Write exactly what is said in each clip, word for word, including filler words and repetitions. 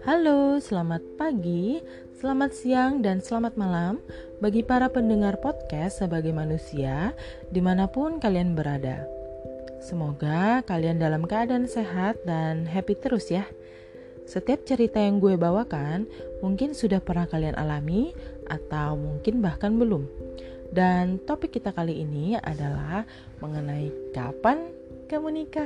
Halo, selamat pagi, selamat siang, dan selamat malam bagi para pendengar podcast sebagai manusia dimanapun kalian berada. Semoga kalian dalam keadaan sehat dan happy terus ya. Setiap cerita yang gue bawakan mungkin sudah pernah kalian alami atau mungkin bahkan belum. Dan topik kita kali ini adalah mengenai kapan kamu nikah.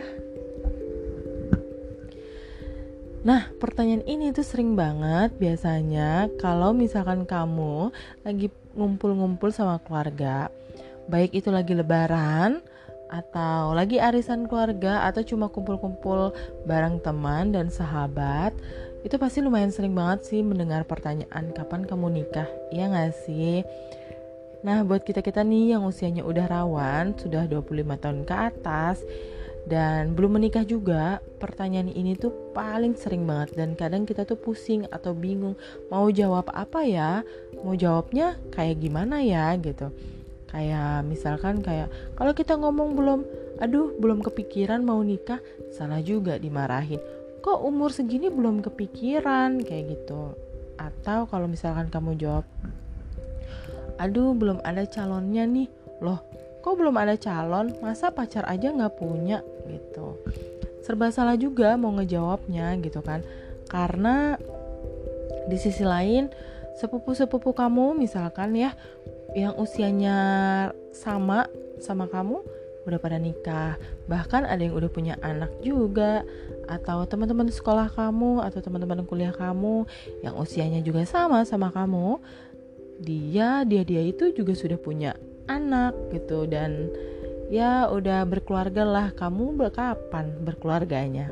Nah, pertanyaan ini tuh sering banget biasanya kalau misalkan kamu lagi ngumpul-ngumpul sama keluarga, baik itu lagi lebaran atau lagi arisan keluarga atau cuma kumpul-kumpul bareng teman dan sahabat, itu pasti lumayan sering banget sih mendengar pertanyaan kapan kamu nikah, iya gak sih? Nah, buat kita-kita nih yang usianya udah rawan, sudah dua puluh lima tahun ke atas dan belum menikah juga, pertanyaan ini tuh paling sering banget dan kadang kita tuh pusing atau bingung mau jawab apa ya, mau jawabnya kayak gimana ya gitu. Kayak misalkan kayak kalau kita ngomong belum, aduh belum kepikiran mau nikah, salah juga dimarahin. Kok umur segini belum kepikiran kayak gitu. Atau kalau misalkan kamu jawab, aduh belum ada calonnya nih, loh kok belum ada calon, masa pacar aja gak punya gitu. Serba salah juga mau ngejawabnya gitu kan. Karena di sisi lain sepupu-sepupu kamu misalkan ya, yang usianya sama sama kamu udah pada nikah, bahkan ada yang udah punya anak juga. Atau teman-teman sekolah kamu atau teman-teman kuliah kamu yang usianya juga sama sama kamu, dia dia dia itu juga sudah punya anak gitu, dan ya udah berkeluarga lah. Kamu kapan berkeluarganya?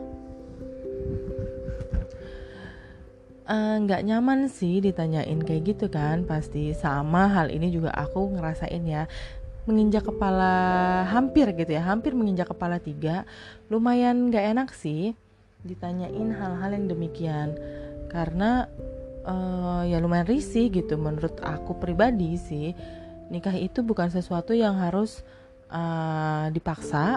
Nggak uh, nyaman sih ditanyain kayak gitu kan. Pasti sama hal ini juga aku ngerasain ya, menginjak kepala hampir gitu ya hampir menginjak kepala tiga. Lumayan nggak enak sih ditanyain hal-hal yang demikian, karena uh, ya lumayan risih gitu menurut aku pribadi sih. Nikah itu bukan sesuatu yang harus uh, dipaksa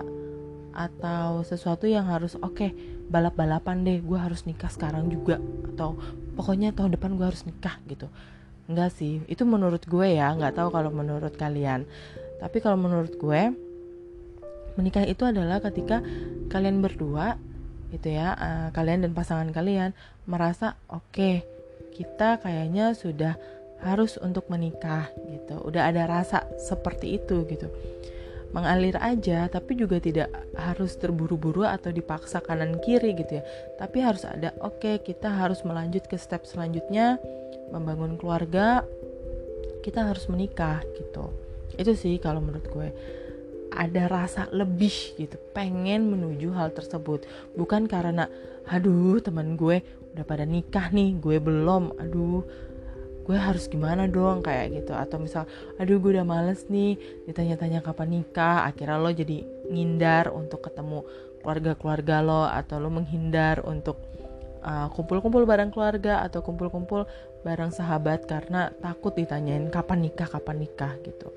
atau sesuatu yang harus oke okay, balap-balapan deh, gue harus nikah sekarang juga, atau pokoknya tahun depan gue harus nikah gitu. Enggak sih, itu menurut gue ya, nggak tahu kalau menurut kalian. Tapi kalau menurut gue, menikah itu adalah ketika kalian berdua gitu ya, uh, kalian dan pasangan kalian merasa oke okay, kita kayaknya sudah harus untuk menikah gitu. Udah ada rasa seperti itu gitu. Mengalir aja, tapi juga tidak harus terburu-buru atau dipaksa kanan kiri gitu ya. Tapi harus ada oke, okay, kita harus melanjut ke step selanjutnya, membangun keluarga, kita harus menikah gitu. Itu sih kalau menurut gue. Ada rasa lebih gitu, pengen menuju hal tersebut. Bukan karena aduh teman gue udah pada nikah nih, gue belum, aduh gue harus gimana dong kayak gitu. Atau misal aduh gue udah males nih ditanya-tanya kapan nikah, akhirnya lo jadi ngindar untuk ketemu keluarga-keluarga lo, atau lo menghindar untuk uh, kumpul-kumpul bareng keluarga atau kumpul-kumpul bareng sahabat karena takut ditanyain kapan nikah kapan nikah gitu.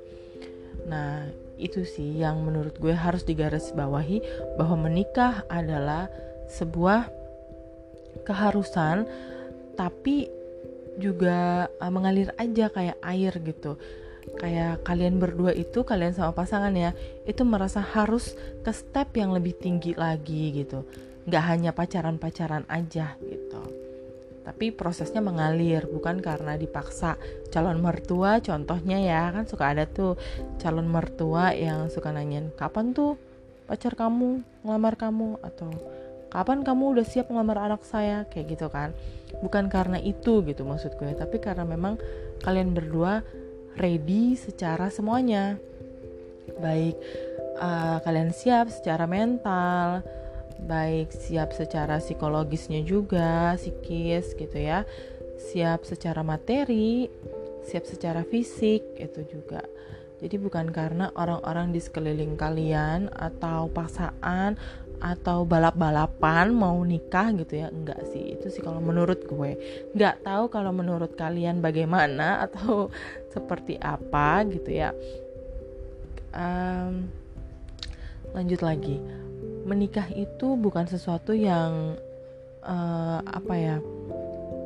Nah itu sih yang menurut gue harus digarisbawahi, bahwa menikah adalah sebuah keharusan, tapi juga uh, mengalir aja kayak air gitu. Kayak kalian berdua itu, kalian sama pasangan ya, itu merasa harus ke step yang lebih tinggi lagi gitu. Gak hanya pacaran-pacaran aja gitu, tapi prosesnya mengalir, bukan karena dipaksa. Calon mertua contohnya ya, kan suka ada tuh calon mertua yang suka nanyain kapan tuh pacar kamu ngelamar kamu, atau kapan kamu udah siap ngelamar anak saya, kayak gitu kan. Bukan karena itu gitu maksud gue, tapi karena memang kalian berdua ready secara semuanya. Baik uh, kalian siap secara mental, baik siap secara psikologisnya juga, psikis gitu ya, siap secara materi, siap secara fisik itu juga. Jadi bukan karena orang-orang di sekeliling kalian atau pasangan atau balap-balapan mau nikah gitu ya, enggak sih. Itu sih kalau menurut gue. Enggak tahu kalau menurut kalian bagaimana atau seperti apa gitu ya. um, Lanjut lagi, menikah itu bukan sesuatu yang uh, apa ya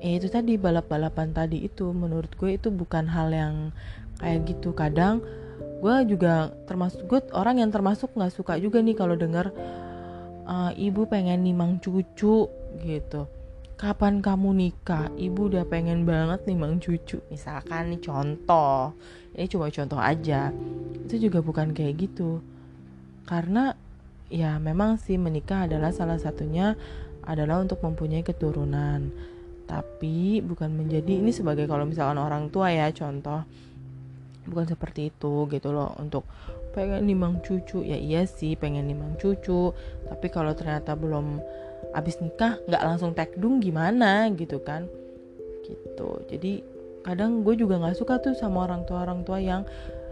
ya itu tadi, balap-balapan tadi itu menurut gue itu bukan hal yang kayak gitu. Kadang gue juga termasuk, gue orang yang termasuk nggak suka juga nih kalau dengar uh, ibu pengen nimang cucu gitu. Kapan kamu nikah? Ibu udah pengen banget nimang cucu. Misalkan nih contoh, ini cuma contoh aja. Itu juga bukan kayak gitu. Karena ya memang sih menikah adalah salah satunya adalah untuk mempunyai keturunan. Tapi bukan menjadi ini sebagai kalau misalkan orang tua ya, contoh, bukan seperti itu gitu loh, untuk pengen nimang cucu. Ya iya sih pengen nimang cucu, tapi kalau ternyata belum abis nikah nggak langsung tekdung gimana gitu kan, gitu. Jadi kadang gue juga nggak suka tuh sama orang tua orang tua yang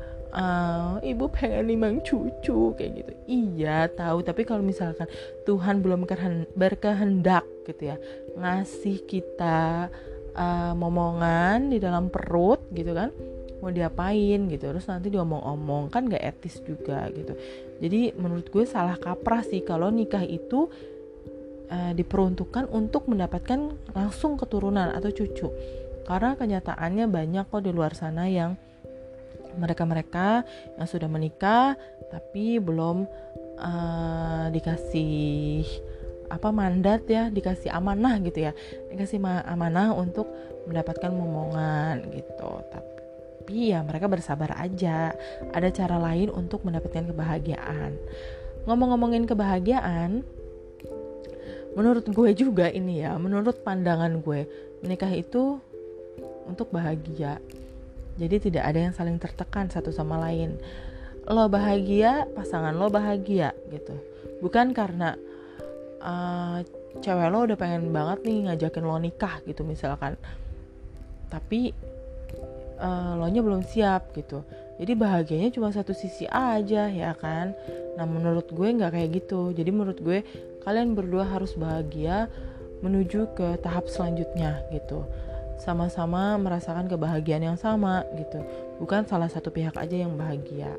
Uh, ibu pengen nimang cucu kayak gitu. Iya tahu, tapi kalau misalkan Tuhan belum berkehendak gitu ya, ngasih kita uh, momongan di dalam perut gitu kan, mau diapain gitu, terus nanti diomong-omong, kan gak etis juga gitu. Jadi menurut gue salah kaprah sih kalau nikah itu uh, diperuntukkan untuk mendapatkan langsung keturunan atau cucu. Karena kenyataannya banyak kok di luar sana yang mereka-mereka yang sudah menikah tapi belum uh, dikasih apa mandat ya, dikasih amanah gitu ya, dikasih ma- amanah untuk mendapatkan momongan gitu. Tapi ya mereka bersabar aja, ada cara lain untuk mendapatkan kebahagiaan. Ngomong-ngomongin kebahagiaan, menurut gue juga ini ya, menurut pandangan gue, menikah itu untuk bahagia. Jadi tidak ada yang saling tertekan satu sama lain. Lo bahagia, pasangan lo bahagia gitu. Bukan karena uh, cewek lo udah pengen banget nih ngajakin lo nikah gitu misalkan, tapi uh, lo nya belum siap gitu. Jadi bahagianya cuma satu sisi aja ya kan. Nah menurut gue gak kayak gitu. Jadi menurut gue kalian berdua harus bahagia menuju ke tahap selanjutnya gitu. Sama-sama merasakan kebahagiaan yang sama gitu. Bukan salah satu pihak aja yang bahagia.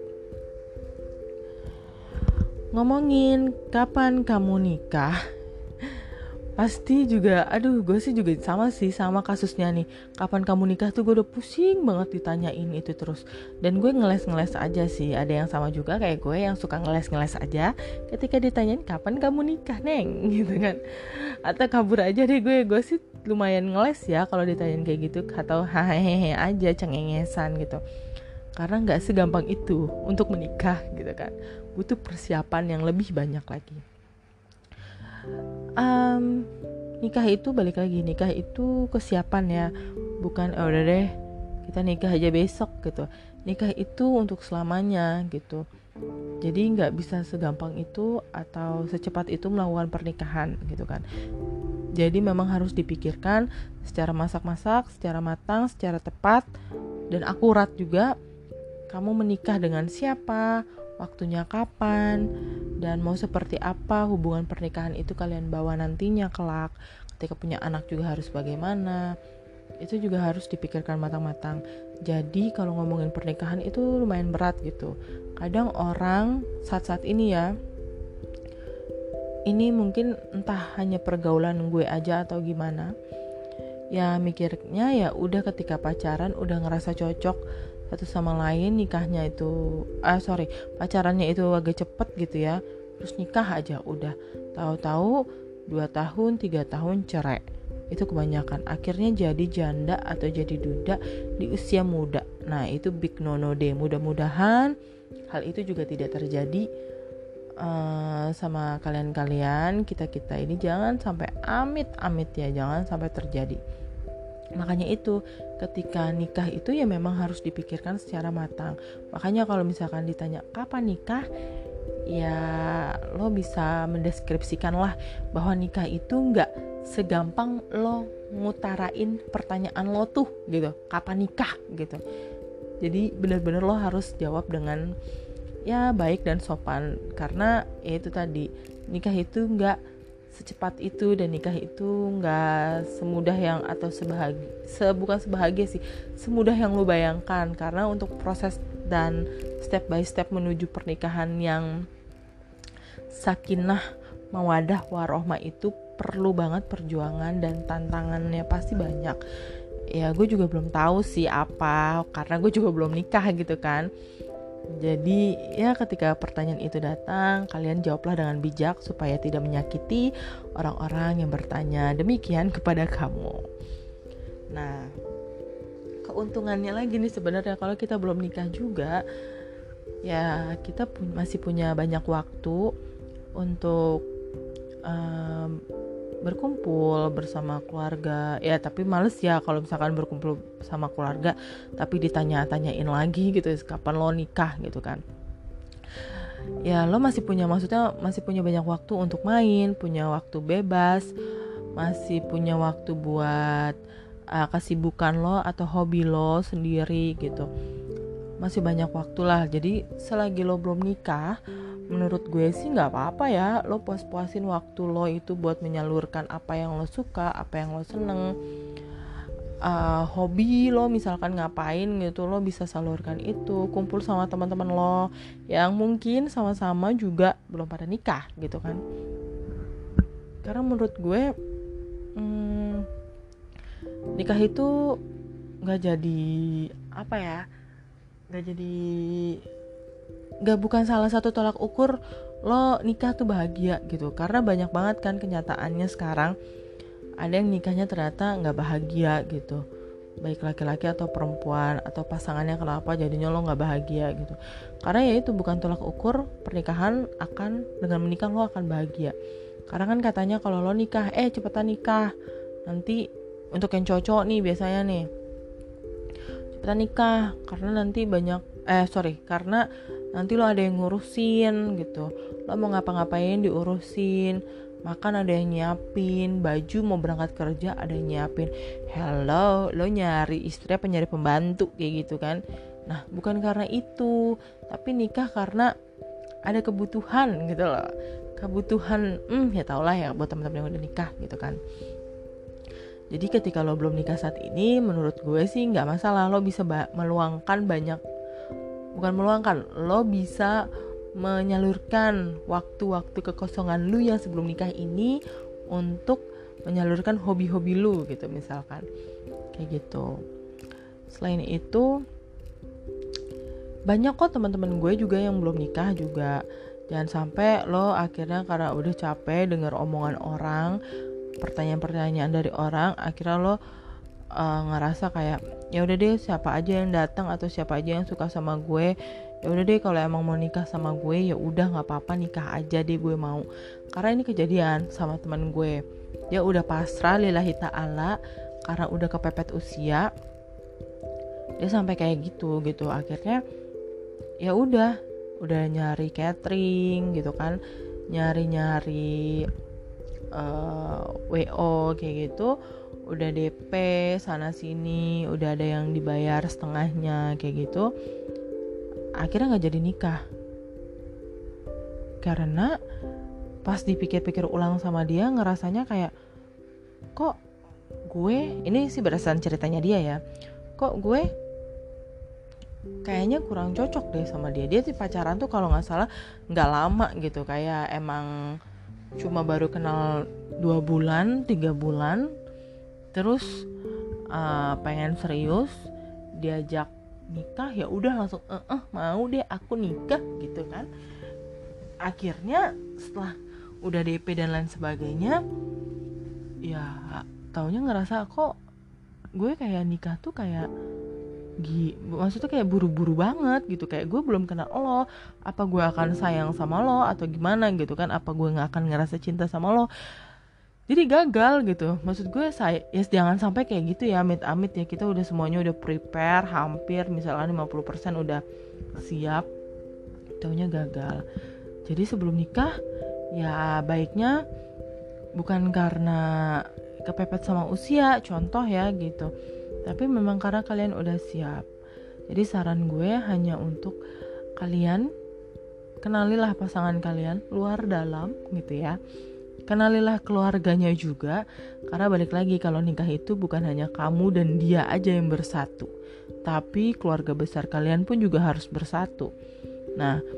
Ngomongin kapan kamu nikah, pasti juga, aduh gue sih juga sama sih, sama kasusnya nih. Kapan kamu nikah tuh gue udah pusing banget ditanyain itu terus. Dan gue ngeles-ngeles aja sih. Ada yang sama juga kayak gue yang suka ngeles-ngeles aja ketika ditanyain kapan kamu nikah neng gitu kan. Atau kabur aja deh gue. Gue sih lumayan ngeles ya kalau ditanyain kayak gitu. Atau hahehe aja, cengengesan gitu. Karena gak segampang itu untuk menikah gitu kan. Butuh persiapan yang lebih banyak lagi. Um, nikah itu balik lagi, nikah itu kesiapan ya, bukan oh, udah deh kita nikah aja besok gitu. Nikah itu untuk selamanya gitu. Jadi nggak bisa segampang itu atau secepat itu melakukan pernikahan gitu kan. Jadi memang harus dipikirkan secara masak-masak, secara matang, secara tepat dan akurat juga. Kamu menikah dengan siapa, waktunya kapan, dan mau seperti apa hubungan pernikahan itu kalian bawa nantinya kelak. Ketika punya anak juga harus bagaimana, itu juga harus dipikirkan matang-matang. Jadi kalau ngomongin pernikahan itu lumayan berat gitu. Kadang orang saat-saat ini ya, ini mungkin entah hanya pergaulan gue aja atau gimana, ya mikirnya ya udah ketika pacaran udah ngerasa cocok satu sama lain, nikahnya itu ah sorry pacarannya itu agak cepet gitu ya, terus nikah aja udah tahu-tahu dua tahun tiga tahun cerai. Itu kebanyakan akhirnya jadi janda atau jadi duda di usia muda. Nah itu big no no deh. Mudah-mudahan hal itu juga tidak terjadi uh, sama kalian-kalian, kita-kita ini jangan sampai amit-amit ya, jangan sampai terjadi. Makanya itu ketika nikah itu ya memang harus dipikirkan secara matang. Makanya kalau misalkan ditanya kapan nikah, ya lo bisa mendeskripsikan lah bahwa nikah itu gak segampang lo ngutarain pertanyaan lo tuh gitu, kapan nikah gitu. Jadi benar-benar lo harus jawab dengan ya baik dan sopan. Karena ya itu tadi, nikah itu gak secepat itu dan nikah itu nggak semudah yang atau sebahagia se, bukan sebahagia sih semudah yang lo bayangkan. Karena untuk proses dan step by step menuju pernikahan yang sakinah mawadah warohmah itu perlu banget perjuangan dan tantangannya pasti banyak. Ya gue juga belum tahu sih apa, karena gue juga belum nikah gitu kan. Jadi ya ketika pertanyaan itu datang, kalian jawablah dengan bijak supaya tidak menyakiti orang-orang yang bertanya demikian kepada kamu. Nah, keuntungannya lagi nih sebenarnya kalau kita belum nikah juga, ya kita pu- masih punya banyak waktu untuk um, berkumpul bersama keluarga. Ya tapi males ya kalau misalkan berkumpul sama keluarga tapi ditanya-tanyain lagi gitu, kapan lo nikah gitu kan. Ya lo masih punya, maksudnya masih punya banyak waktu untuk main, punya waktu bebas, masih punya waktu buat uh, kesibukan lo atau hobi lo sendiri gitu. Masih banyak waktu lah. Jadi selagi lo belum nikah, menurut gue sih nggak apa-apa ya lo puas-puasin waktu lo itu buat menyalurkan apa yang lo suka, apa yang lo seneng. Uh, hobi lo misalkan ngapain gitu, lo bisa salurkan itu. Kumpul sama teman-teman lo yang mungkin sama-sama juga belum pada nikah gitu kan. Karena menurut gue hmm, nikah itu nggak jadi apa ya, nggak jadi Gak bukan salah satu tolak ukur lo nikah tuh bahagia gitu. Karena banyak banget kan kenyataannya sekarang ada yang nikahnya ternyata gak bahagia gitu, baik laki-laki atau perempuan, atau pasangannya kenapa jadinya lo gak bahagia gitu. Karena ya itu bukan tolak ukur pernikahan akan dengan menikah lo akan bahagia. Karena kan katanya kalau lo nikah, eh cepetan nikah, nanti untuk yang cowok nih biasanya nih, cepetan nikah karena nanti banyak eh sorry karena nanti lo ada yang ngurusin gitu. Lo mau ngapa-ngapain diurusin, makan ada yang nyiapin, baju mau berangkat kerja ada yang nyiapin. Hello, lo nyari istri apa nyari pembantu kayak gitu kan. Nah bukan karena itu, tapi nikah karena ada kebutuhan gitu loh. Kebutuhan, hmm ya tau lah ya buat teman-teman yang udah nikah gitu kan. Jadi ketika lo belum nikah saat ini, menurut gue sih gak masalah. Lo bisa ba- meluangkan banyak Bukan meluangkan, lo bisa menyalurkan waktu-waktu kekosongan lu yang sebelum nikah ini untuk menyalurkan hobi-hobi lu gitu misalkan. Kayak gitu. Selain itu, banyak kok teman-teman gue juga yang belum nikah juga. Jangan sampai lo akhirnya karena udah capek dengar omongan orang, pertanyaan-pertanyaan dari orang, akhirnya lo Uh, ngerasa kayak ya udah deh siapa aja yang datang atau siapa aja yang suka sama gue, ya udah deh kalau emang mau nikah sama gue ya udah nggak apa-apa nikah aja deh gue mau. Karena ini kejadian sama teman gue, dia udah pasrah lillahi ta'ala karena udah kepepet usia, dia sampai kayak gitu gitu. Akhirnya ya udah udah nyari catering gitu kan, nyari-nyari uh, W O kayak gitu, udah D P sana sini, udah ada yang dibayar setengahnya kayak gitu. Akhirnya gak jadi nikah. Karena pas dipikir-pikir ulang sama dia, ngerasanya kayak kok gue, ini sih berdasarkan ceritanya dia ya, kok gue kayaknya kurang cocok deh sama dia. Dia sih pacaran tuh kalau gak salah gak lama gitu, kayak emang cuma baru kenal dua bulan, tiga bulan, terus uh, pengen serius, diajak nikah ya udah langsung eh uh, uh, mau deh aku nikah gitu kan. Akhirnya setelah udah D P dan lain sebagainya, ya taunya ngerasa kok gue kayak nikah tuh kayak Gi, maksudnya kayak buru-buru banget gitu, kayak gue belum kenal lo, apa gue akan sayang sama lo atau gimana gitu kan, apa gue nggak akan ngerasa cinta sama lo. Jadi gagal gitu. Maksud gue saya ya jangan sampai kayak gitu ya, amit-amit ya kita udah semuanya udah prepare hampir misalkan lima puluh persen udah siap, taunya gagal. Jadi sebelum nikah ya baiknya bukan karena kepepet sama usia contoh ya gitu, tapi memang karena kalian udah siap. Jadi saran gue hanya untuk kalian kenalilah pasangan kalian luar dalam gitu ya. Kenalilah keluarganya juga, karena balik lagi kalau nikah itu bukan hanya kamu dan dia aja yang bersatu, tapi keluarga besar kalian pun juga harus bersatu. Nah,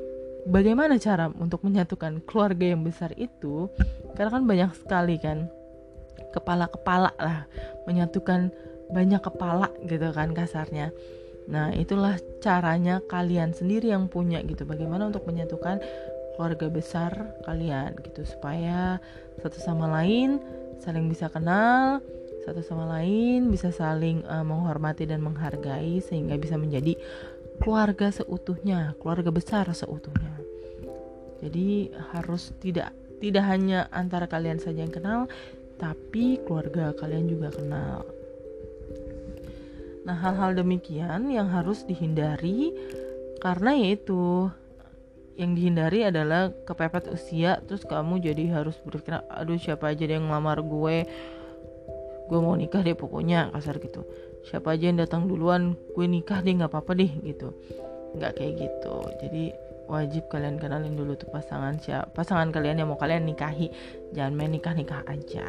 bagaimana cara untuk menyatukan keluarga yang besar itu? Karena kan banyak sekali kan kepala-kepala lah, menyatukan banyak kepala gitu kan kasarnya. Nah itulah caranya kalian sendiri yang punya gitu, bagaimana untuk menyatukan keluarga besar kalian gitu, supaya satu sama lain saling bisa kenal, satu sama lain bisa saling uh, menghormati dan menghargai, sehingga bisa menjadi keluarga seutuhnya, keluarga besar seutuhnya. Jadi harus tidak tidak hanya antara kalian saja yang kenal, tapi keluarga kalian juga kenal. Nah, hal-hal demikian yang harus dihindari, karena yaitu yang dihindari adalah kepepet usia, terus kamu jadi harus berpikir, aduh siapa aja yang ngelamar gue, gue mau nikah deh pokoknya, kasar gitu. Siapa aja yang datang duluan, gue nikah deh, nggak apa-apa deh gitu. Nggak kayak gitu. Jadi wajib kalian kenalin dulu tuh pasangan siapa, pasangan kalian yang mau kalian nikahi. Jangan main nikah-nikah aja.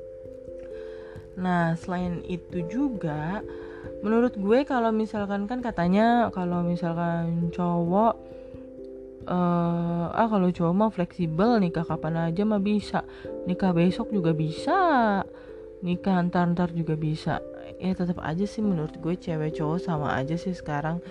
Nah, selain itu juga, menurut gue kalau misalkan kan katanya kalau misalkan cowok uh, ah kalau cowok mah fleksibel, nikah kapan aja mah bisa, nikah besok juga bisa, nikah antar-antar juga bisa. Ya tetap aja sih menurut gue cewek cowok sama aja sih sekarang,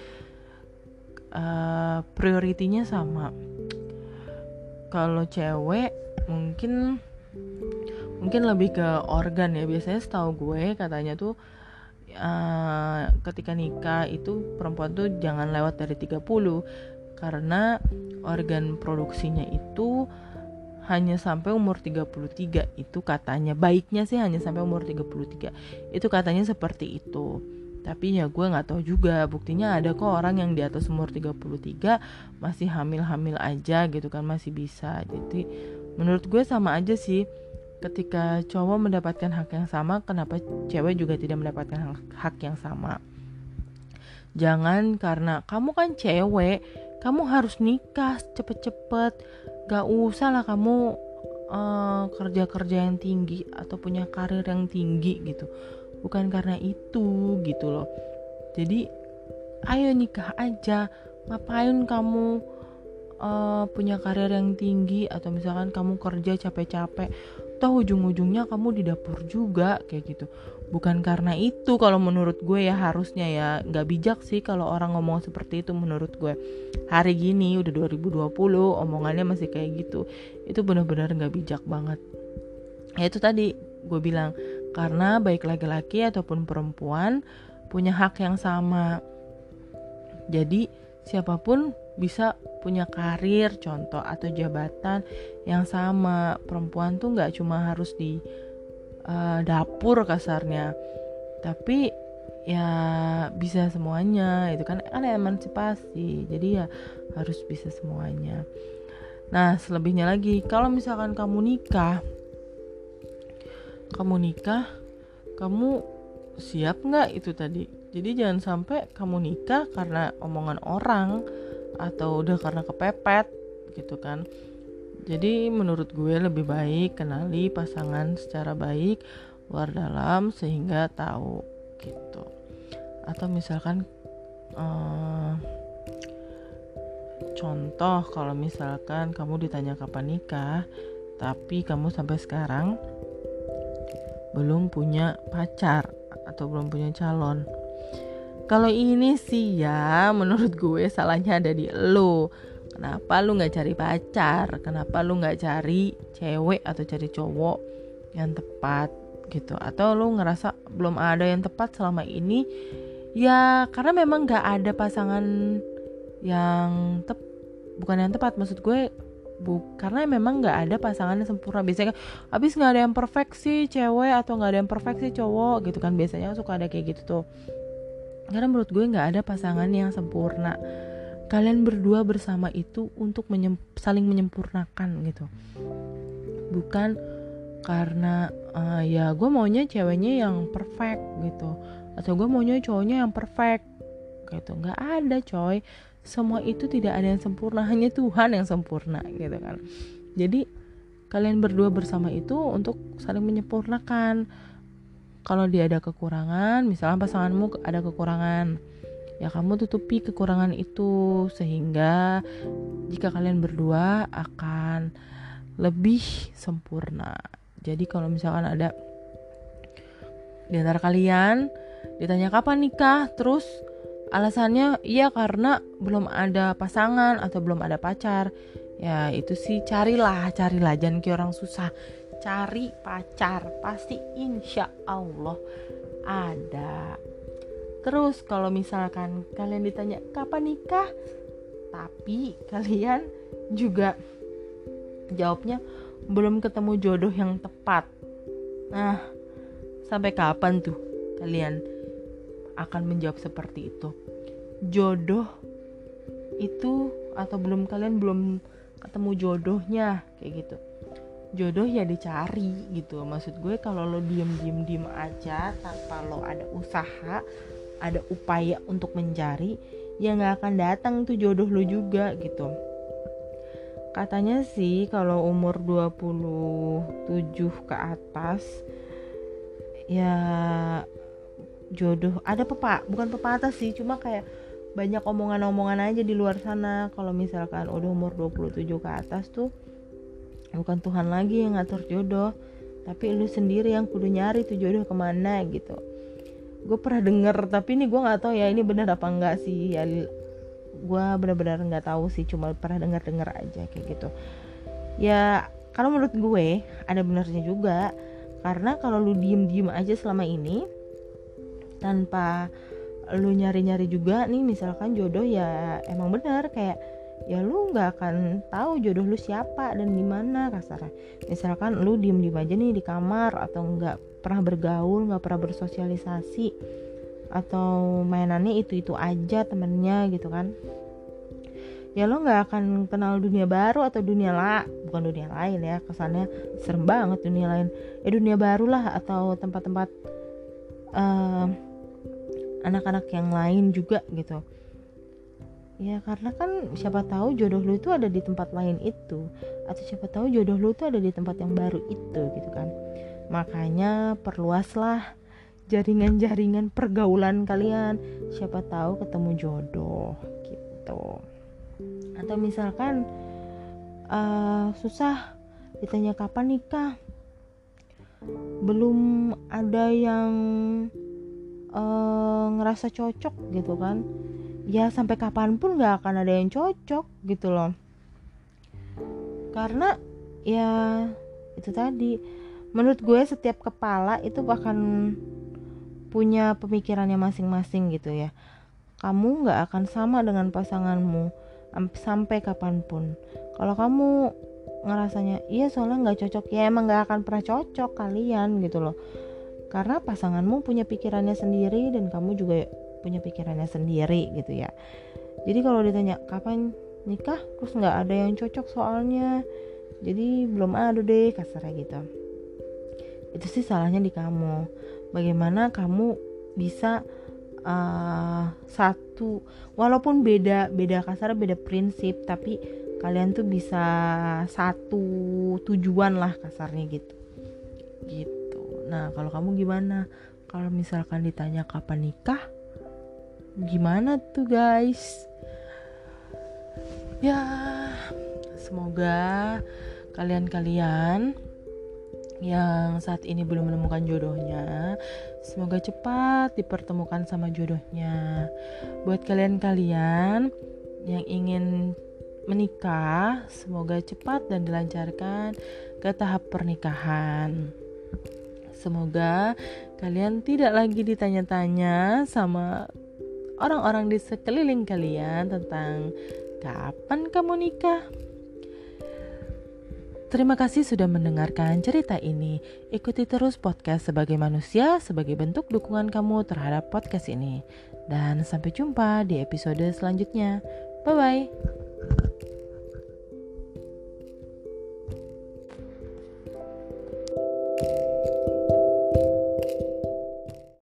uh, prioritinya sama. Kalau cewek mungkin mungkin lebih ke organ ya, biasanya setahu gue katanya tuh uh, ketika nikah itu perempuan tuh jangan lewat dari tiga puluh, karena organ produksinya itu hanya sampai umur tiga puluh tiga, itu katanya, baiknya sih hanya sampai umur tiga puluh tiga, itu katanya seperti itu. Tapi ya gue gak tahu juga, buktinya ada kok orang yang di atas umur tiga puluh tiga masih hamil-hamil aja gitu kan, masih bisa. Jadi menurut gue sama aja sih, ketika cowok mendapatkan hak yang sama, kenapa cewek juga tidak mendapatkan hak yang sama? Jangan karena kamu kan cewek, kamu harus nikah cepet-cepet. Gak usah lah kamu uh, kerja-kerja yang tinggi atau punya karir yang tinggi gitu. Bukan karena itu gitu loh. Jadi ayo nikah aja. Ngapain kamu uh, punya karir yang tinggi, atau misalkan kamu kerja capek-capek, toh ujung-ujungnya kamu di dapur juga kayak gitu. Bukan karena itu kalau menurut gue ya, harusnya ya. Gak bijak sih kalau orang ngomong seperti itu menurut gue. Hari gini udah dua ribu dua puluh omongannya masih kayak gitu. Itu benar-benar gak bijak banget. Ya itu tadi gue bilang, karena baik laki-laki ataupun perempuan punya hak yang sama. Jadi siapapun bisa punya karir, contoh, atau jabatan yang sama. Perempuan tuh gak cuma harus di uh, dapur kasarnya, tapi ya bisa semuanya. Itu kan kan emansipasi. Jadi ya harus bisa semuanya. Nah selebihnya lagi, kalau misalkan kamu nikah kamu nikah kamu siap gak itu tadi. Jadi jangan sampai kamu nikah karena omongan orang, atau udah karena kepepet gitu kan. Jadi menurut gue lebih baik kenali pasangan secara baik, luar dalam, sehingga tahu gitu. Atau misalkan uh, contoh, kalau misalkan kamu ditanya kapan nikah, tapi kamu sampai sekarang belum punya pacar atau belum punya calon. Kalau ini sih ya menurut gue salahnya ada di lo. Kenapa lu gak cari pacar? Kenapa lu gak cari cewek atau cari cowok yang tepat gitu? Atau lu ngerasa belum ada yang tepat selama ini? Ya karena memang gak ada pasangan yang tep bukan yang tepat, maksud gue bu karena memang gak ada pasangan yang sempurna. Biasanya kan abis gak ada yang perfect sih cewek, atau gak ada yang perfect sih cowok gitu kan. Biasanya suka ada kayak gitu tuh. Karena menurut gue gak ada pasangan yang sempurna. Kalian berdua bersama itu untuk menyem- saling menyempurnakan gitu. Bukan karena uh, ya gue maunya ceweknya yang perfect gitu, atau gue maunya cowoknya yang perfect gitu. Gak ada coy. Semua itu tidak ada yang sempurna, hanya Tuhan yang sempurna gitu kan. Jadi kalian berdua bersama itu untuk saling menyempurnakan. Kalau dia ada kekurangan, misalnya pasanganmu ada kekurangan, ya kamu tutupi kekurangan itu, sehingga jika kalian berdua akan lebih sempurna. Jadi kalau misalkan ada di antara kalian ditanya kapan nikah, terus alasannya iya karena belum ada pasangan atau belum ada pacar, ya itu sih carilah, carilah jangan kayak orang susah. Cari pacar, pasti insya Allah ada. Terus kalau misalkan kalian ditanya kapan nikah, tapi kalian juga jawabnya belum ketemu jodoh yang tepat. Nah, sampai kapan tuh kalian akan menjawab seperti itu? Jodoh itu atau belum kalian belum ketemu jodohnya kayak gitu. Jodoh ya dicari gitu. Maksud gue kalau lo diem-diem diem aja tanpa lo ada usaha, ada upaya untuk mencari, ya nggak akan datang tuh jodoh lo juga gitu. Katanya sih kalau umur dua puluh tujuh ke atas ya jodoh ada pepa, bukan pepatah sih, cuma kayak banyak omongan-omongan aja di luar sana. Kalau misalkan udah umur dua puluh tujuh ke atas tuh bukan Tuhan lagi yang ngatur jodoh, tapi lu sendiri yang kudu nyari tuh jodoh kemana gitu. Gue pernah denger, tapi ini gue nggak tahu ya ini benar apa enggak sih ya. Gue benar-benar nggak tahu sih, cuma pernah dengar-dengar aja kayak gitu. Ya kalau menurut gue ada benarnya juga, karena kalau lu diem-diem aja selama ini tanpa lu nyari-nyari juga nih misalkan jodoh, ya emang benar kayak ya lu nggak akan tahu jodoh lu siapa dan di mana kasarnya. Misalkan lu diem-diem aja nih di kamar atau nggak pernah bergaul, nggak pernah bersosialisasi, atau mainannya itu-itu aja temennya gitu kan, ya lo nggak akan kenal dunia baru atau dunia la bukan dunia lain ya, kesannya serem banget dunia lain, ya dunia baru lah atau tempat-tempat uh, anak-anak yang lain juga gitu. Ya karena kan siapa tahu jodoh lu itu ada di tempat lain itu, atau siapa tahu jodoh lu itu ada di tempat yang baru itu gitu kan. Makanya perluaslah jaringan-jaringan pergaulan kalian, siapa tahu ketemu jodoh gitu. Atau misalkan uh, susah ditanya kapan nikah, belum ada yang uh, ngerasa cocok gitu kan, ya sampai kapanpun gak akan ada yang cocok gitu loh. Karena ya itu tadi, menurut gue setiap kepala itu akan punya pemikirannya masing-masing gitu ya. Kamu gak akan sama dengan pasanganmu sampai kapanpun. Kalau kamu ngerasanya iya soalnya gak cocok, ya emang gak akan pernah cocok kalian gitu loh. Karena pasanganmu punya pikirannya sendiri dan kamu juga punya pikirannya sendiri gitu ya. Jadi kalau ditanya kapan nikah terus nggak ada yang cocok soalnya, jadi belum ada deh kasarnya gitu. Itu sih salahnya di kamu. Bagaimana kamu bisa uh, satu, walaupun beda beda kasar, beda prinsip, tapi kalian tuh bisa satu tujuan lah kasarnya gitu. Gitu. Nah kalau kamu gimana? Kalau misalkan ditanya kapan nikah, gimana tuh guys? Ya semoga kalian-kalian yang saat ini belum menemukan jodohnya, semoga cepat dipertemukan sama jodohnya. Buat kalian-kalian yang ingin menikah, semoga cepat dan dilancarkan ke tahap pernikahan. Semoga kalian tidak lagi ditanya-tanya sama orang-orang di sekeliling kalian tentang kapan kamu nikah. Terima kasih sudah mendengarkan cerita ini. Ikuti terus podcast Sebagai Manusia sebagai bentuk dukungan kamu terhadap podcast ini. Dan sampai jumpa di episode selanjutnya. Bye-bye.